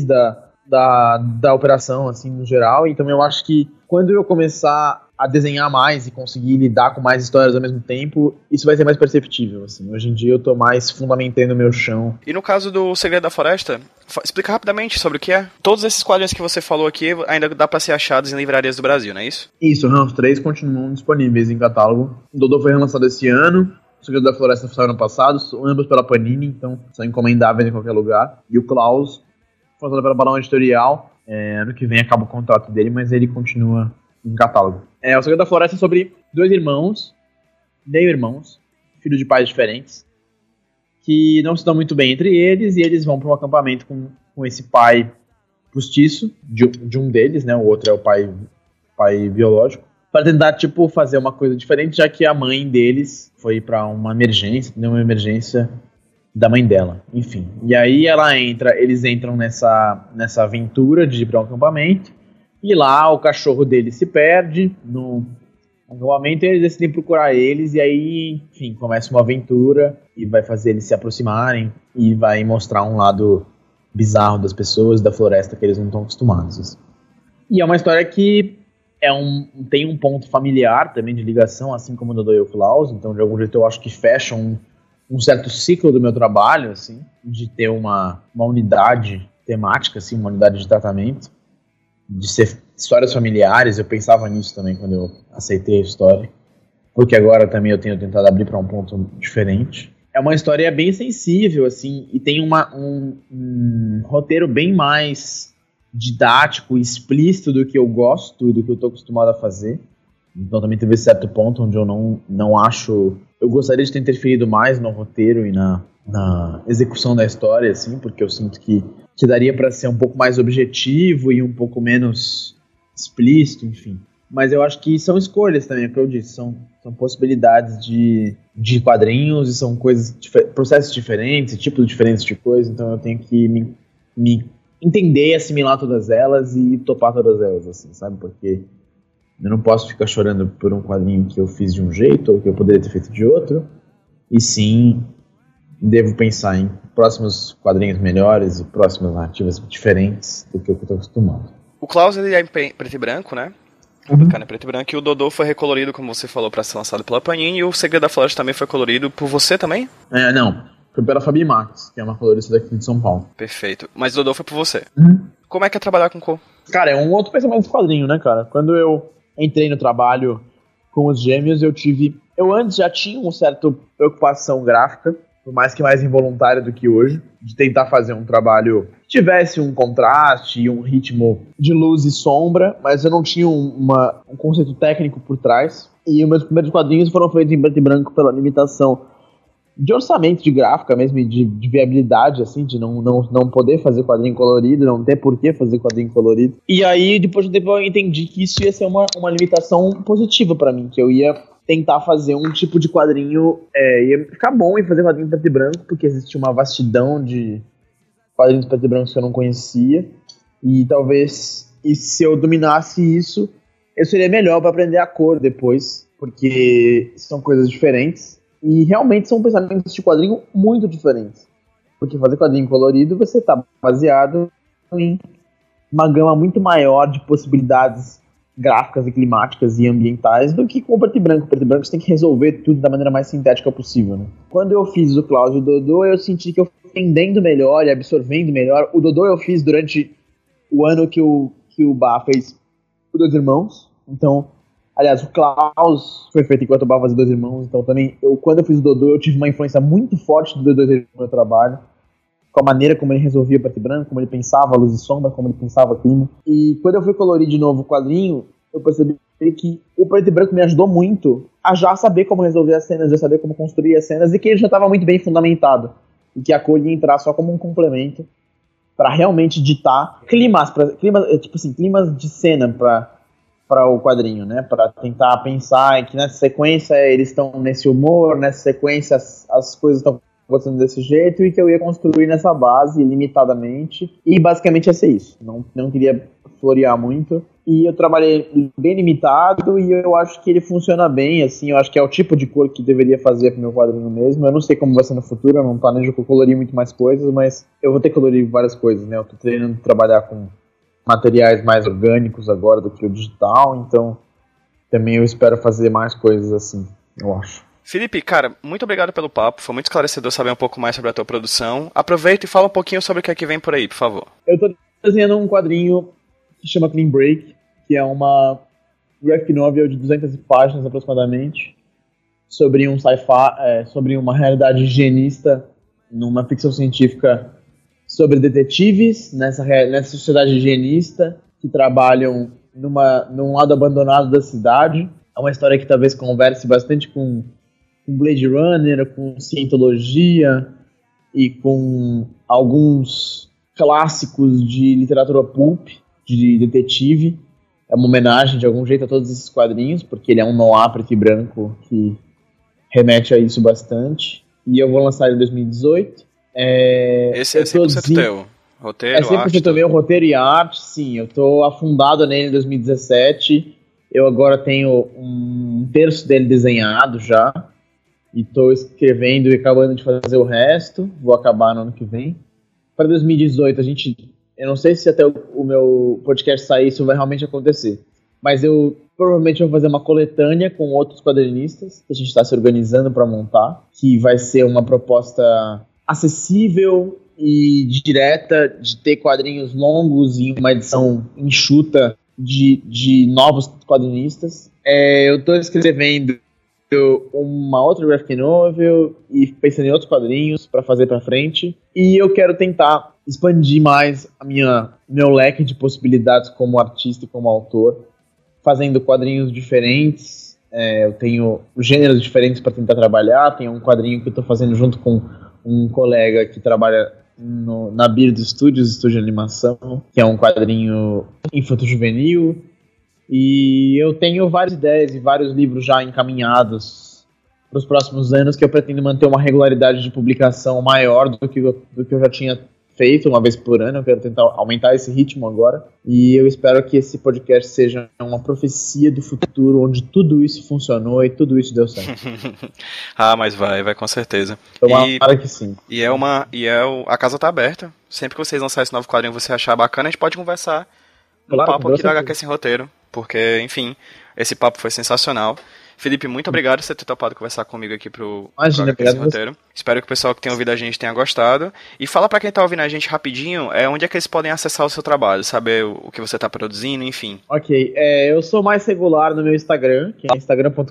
da operação, assim, no geral. Então eu acho que quando eu começar a desenhar mais e conseguir lidar com mais histórias ao mesmo tempo, isso vai ser mais perceptível, assim. Hoje em dia eu tô mais fundamentando o meu chão. E no caso do Segredo da Floresta, explica rapidamente sobre o que é. Todos esses quadrinhos que você falou aqui ainda dá pra ser achados em livrarias do Brasil, não é isso? Isso, os 3 continuam disponíveis em catálogo. O Dodô foi relançado esse ano, o Segredo da Floresta saiu ano passado, ambos pela Panini, então são encomendáveis em qualquer lugar. E o Klaus foi lançado pela Balão Editorial. Ano que vem acaba o contrato dele, mas ele continua em catálogo. O Segredo da Floresta é sobre 2 irmãos, meio-irmãos, filhos de pais diferentes, que não se dão muito bem entre eles, e eles vão para um acampamento com esse pai postiço, de um deles, né? O outro é o pai biológico, para tentar, fazer uma coisa diferente, já que a mãe deles foi para uma emergência da mãe dela, enfim. E aí eles entram nessa aventura de ir para um acampamento, e lá o cachorro deles se perde no acampamento, e eles decidem procurar eles, e aí, enfim, começa uma aventura, e vai fazer eles se aproximarem, e vai mostrar um lado bizarro das pessoas, da floresta, que eles não estão acostumados. Assim. E é uma história que tem um ponto familiar também de ligação, assim como o Dodô e o Klaus, então de algum jeito eu acho que fecha um certo ciclo do meu trabalho, assim, de ter uma unidade temática, assim, uma unidade de tratamento, de ser histórias familiares. Eu pensava nisso também quando eu aceitei a história, porque agora também eu tenho tentado abrir para um ponto diferente. É uma história bem sensível, assim, e tem um roteiro bem mais didático e explícito do que eu gosto, do que eu tô acostumado a fazer. Então também teve esse certo ponto onde eu não acho... Eu gostaria de ter interferido mais no roteiro e na execução da história, assim, porque eu sinto que daria para ser um pouco mais objetivo e um pouco menos explícito, enfim. Mas eu acho que são escolhas também, é o que eu disse, são possibilidades de quadrinhos, e são processos diferentes, tipos diferentes de coisas, então eu tenho que me entender, assimilar todas elas e topar todas elas, assim, sabe? Porque eu não posso ficar chorando por um quadrinho que eu fiz de um jeito ou que eu poderia ter feito de outro, e sim devo pensar em próximos quadrinhos melhores e próximas narrativas diferentes do que eu estou acostumado. O Klaus, ele é em preto e branco, né? Publicado em preto e branco, e o Dodô foi recolorido, como você falou, para ser lançado pela Panini, e o Segredo da Floresta também foi colorido por você também? Não, foi pela Fabi Max, que é uma colorista daqui de São Paulo. Perfeito, mas o Dodô foi por você. Como é que é trabalhar com cor? Cara, é um outro pensamento de quadrinho, né, cara? Quando eu entrei no trabalho com os gêmeos, eu antes já tinha uma certa preocupação gráfica, por mais que mais involuntária do que hoje, de tentar fazer um trabalho que tivesse um contraste e um ritmo de luz e sombra, mas eu não tinha um conceito técnico por trás. E os meus primeiros quadrinhos foram feitos em preto e branco pela limitação de orçamento de gráfica mesmo, e de viabilidade, assim, de não poder fazer quadrinho colorido, não ter por que fazer quadrinho colorido. E aí, depois de um tempo, eu entendi que isso ia ser uma limitação positiva pra mim, que eu ia tentar fazer um tipo de quadrinho, ia ficar bom em fazer quadrinho preto e branco, porque existia uma vastidão de quadrinhos preto e branco que eu não conhecia, e talvez, se eu dominasse isso, eu seria melhor para aprender a cor depois, porque são coisas diferentes, E realmente são pensamentos de quadrinho muito diferentes. Porque fazer quadrinho colorido, você está baseado em uma gama muito maior de possibilidades gráficas e climáticas e ambientais do que com o preto e branco. O preto e branco você tem que resolver tudo da maneira mais sintética possível, né? Quando eu fiz o Klaus e o Dodô, eu senti que eu fui entendendo melhor e absorvendo melhor. O Dodô eu fiz durante o ano que o Bá fez os Dois Irmãos. Então, aliás, o Klaus foi feito enquanto o Bá fazia Dois Irmãos. Então também, quando eu fiz o Dodô, eu tive uma influência muito forte do Dois Irmãos no meu trabalho. Com a maneira como ele resolvia preto e branco, como ele pensava luz e sombra, como ele pensava clima. E quando eu fui colorir de novo o quadrinho, eu percebi que o preto e branco me ajudou muito a já saber como resolver as cenas, já saber como construir as cenas, e que ele já estava muito bem fundamentado. E que a cor ia entrar só como um complemento para realmente ditar climas de cena para o quadrinho, né? Para tentar pensar que nessa sequência eles estão nesse humor, nessa sequência as coisas estão acontecendo desse jeito, e que eu ia construir nessa base limitadamente, e basicamente ia ser isso. Não queria florear muito, e eu trabalhei bem limitado, e eu acho que ele funciona bem, assim, eu acho que é o tipo de cor que deveria fazer pro meu quadrinho mesmo. Eu não sei como vai ser no futuro, eu não planejo colorir muito mais coisas, mas eu vou ter que colorir várias coisas, né? Eu tô treinando trabalhar com materiais mais orgânicos agora do que o digital, então também eu espero fazer mais coisas assim, eu acho. Felipe, cara, muito obrigado pelo papo, foi muito esclarecedor saber um pouco mais sobre a tua produção. Aproveita e fala um pouquinho sobre o que é que vem por aí, por favor. Eu tô desenhando um quadrinho que chama Clean Break, que é uma graphic novel de 200 páginas aproximadamente, sobre um sci-fi, sobre uma realidade higienista, numa ficção científica sobre detetives nessa sociedade higienista que trabalham num lado abandonado da cidade. É uma história que talvez converse bastante com Blade Runner, com cientologia e com alguns clássicos de literatura pulp, de detetive. É uma homenagem de algum jeito a todos esses quadrinhos, porque ele é um noir preto e branco que remete a isso bastante. E eu vou lançar ele em 2018. Esse é 100% teu? Roteiro, é 100% meu, roteiro e arte, sim. Eu tô afundado nele em 2017. Eu agora tenho um terço dele desenhado já. E tô escrevendo e acabando de fazer o resto. Vou acabar no ano que vem. Para 2018, eu não sei se até o meu podcast sair isso vai realmente acontecer. Mas eu provavelmente vou fazer uma coletânea com outros quadrinistas que a gente está se organizando para montar. Que vai ser uma proposta acessível e direta de ter quadrinhos longos em uma edição enxuta de novos quadrinistas. Eu tô escrevendo uma outra graphic novel e pensando em outros quadrinhos para fazer para frente, e eu quero tentar expandir mais meu leque de possibilidades como artista e como autor, fazendo quadrinhos diferentes. Eu tenho gêneros diferentes para tentar trabalhar. Tem um quadrinho que eu tô fazendo junto com um colega que trabalha na Beard Studios, estúdio de animação, que é um quadrinho infanto-juvenil. E eu tenho várias ideias e vários livros já encaminhados para os próximos anos, que eu pretendo manter uma regularidade de publicação maior do que eu já tinha feito uma vez por ano. Eu quero tentar aumentar esse ritmo agora, e eu espero que esse podcast seja uma profecia do futuro, onde tudo isso funcionou e tudo isso deu certo. Mas vai com certeza. Tomara que sim. A casa tá aberta. Sempre que vocês lançarem esse novo quadrinho, você achar bacana, a gente pode conversar no Claro, papo aqui da HQ Sem Roteiro, porque, enfim, esse papo foi sensacional. Felipe, muito obrigado por você ter topado conversar comigo aqui pro HQ Sem Roteiro. Espero que o pessoal que tenha ouvido a gente tenha gostado. E fala pra quem tá ouvindo a gente rapidinho, onde é que eles podem acessar o seu trabalho, saber o que você tá produzindo, enfim. Ok, eu sou mais regular no meu Instagram, que é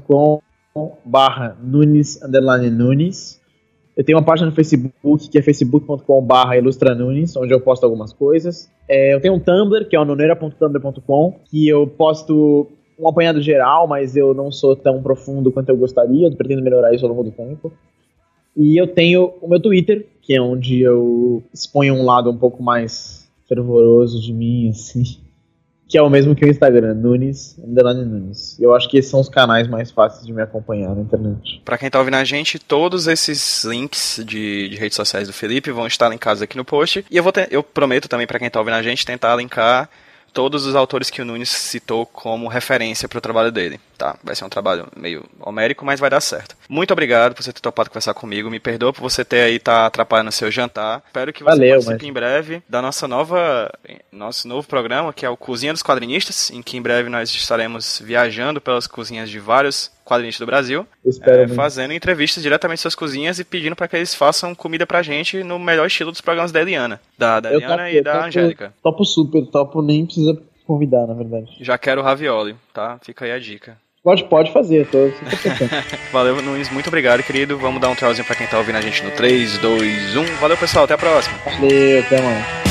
instagram.com/Nunes_Nunes. Eu tenho uma página no Facebook, que é facebook.com/ilustranunes, onde eu posto algumas coisas. Eu tenho um Tumblr, que é o noneira.tumblr.com, que eu posto um apanhado geral, mas eu não sou tão profundo quanto eu gostaria. Eu pretendo melhorar isso ao longo do tempo. E eu tenho o meu Twitter, que é onde eu exponho um lado um pouco mais fervoroso de mim, assim, que é o mesmo que o Instagram, Nunes_Nunes. Eu acho que esses são os canais mais fáceis de me acompanhar na internet. Pra quem tá ouvindo a gente, todos esses links de redes sociais do Felipe vão estar linkados aqui no post. E eu prometo também pra quem tá ouvindo a gente tentar linkar todos os autores que o Nunes citou como referência pro trabalho dele, tá? Vai ser um trabalho meio homérico, mas vai dar certo. Muito obrigado por você ter topado conversar comigo. Me perdoa por você ter aí tá atrapalhando o seu jantar. Espero que você participe em breve da nosso novo programa, que é o Cozinha dos Quadrinistas, em que em breve nós estaremos viajando pelas cozinhas de vários quadrinistas do Brasil, fazendo entrevistas diretamente em suas cozinhas e pedindo para que eles façam comida pra gente no melhor estilo dos programas da Eliana. Da Eliana e da Angélica. Topo super, nem precisa convidar, na verdade. Já quero ravioli, tá? Fica aí a dica. Pode fazer, tô Valeu, Nunes, muito obrigado, querido. Vamos dar um tchauzinho pra quem tá ouvindo a gente no 3, 2, 1. Valeu, pessoal, até a próxima. Valeu, até mais.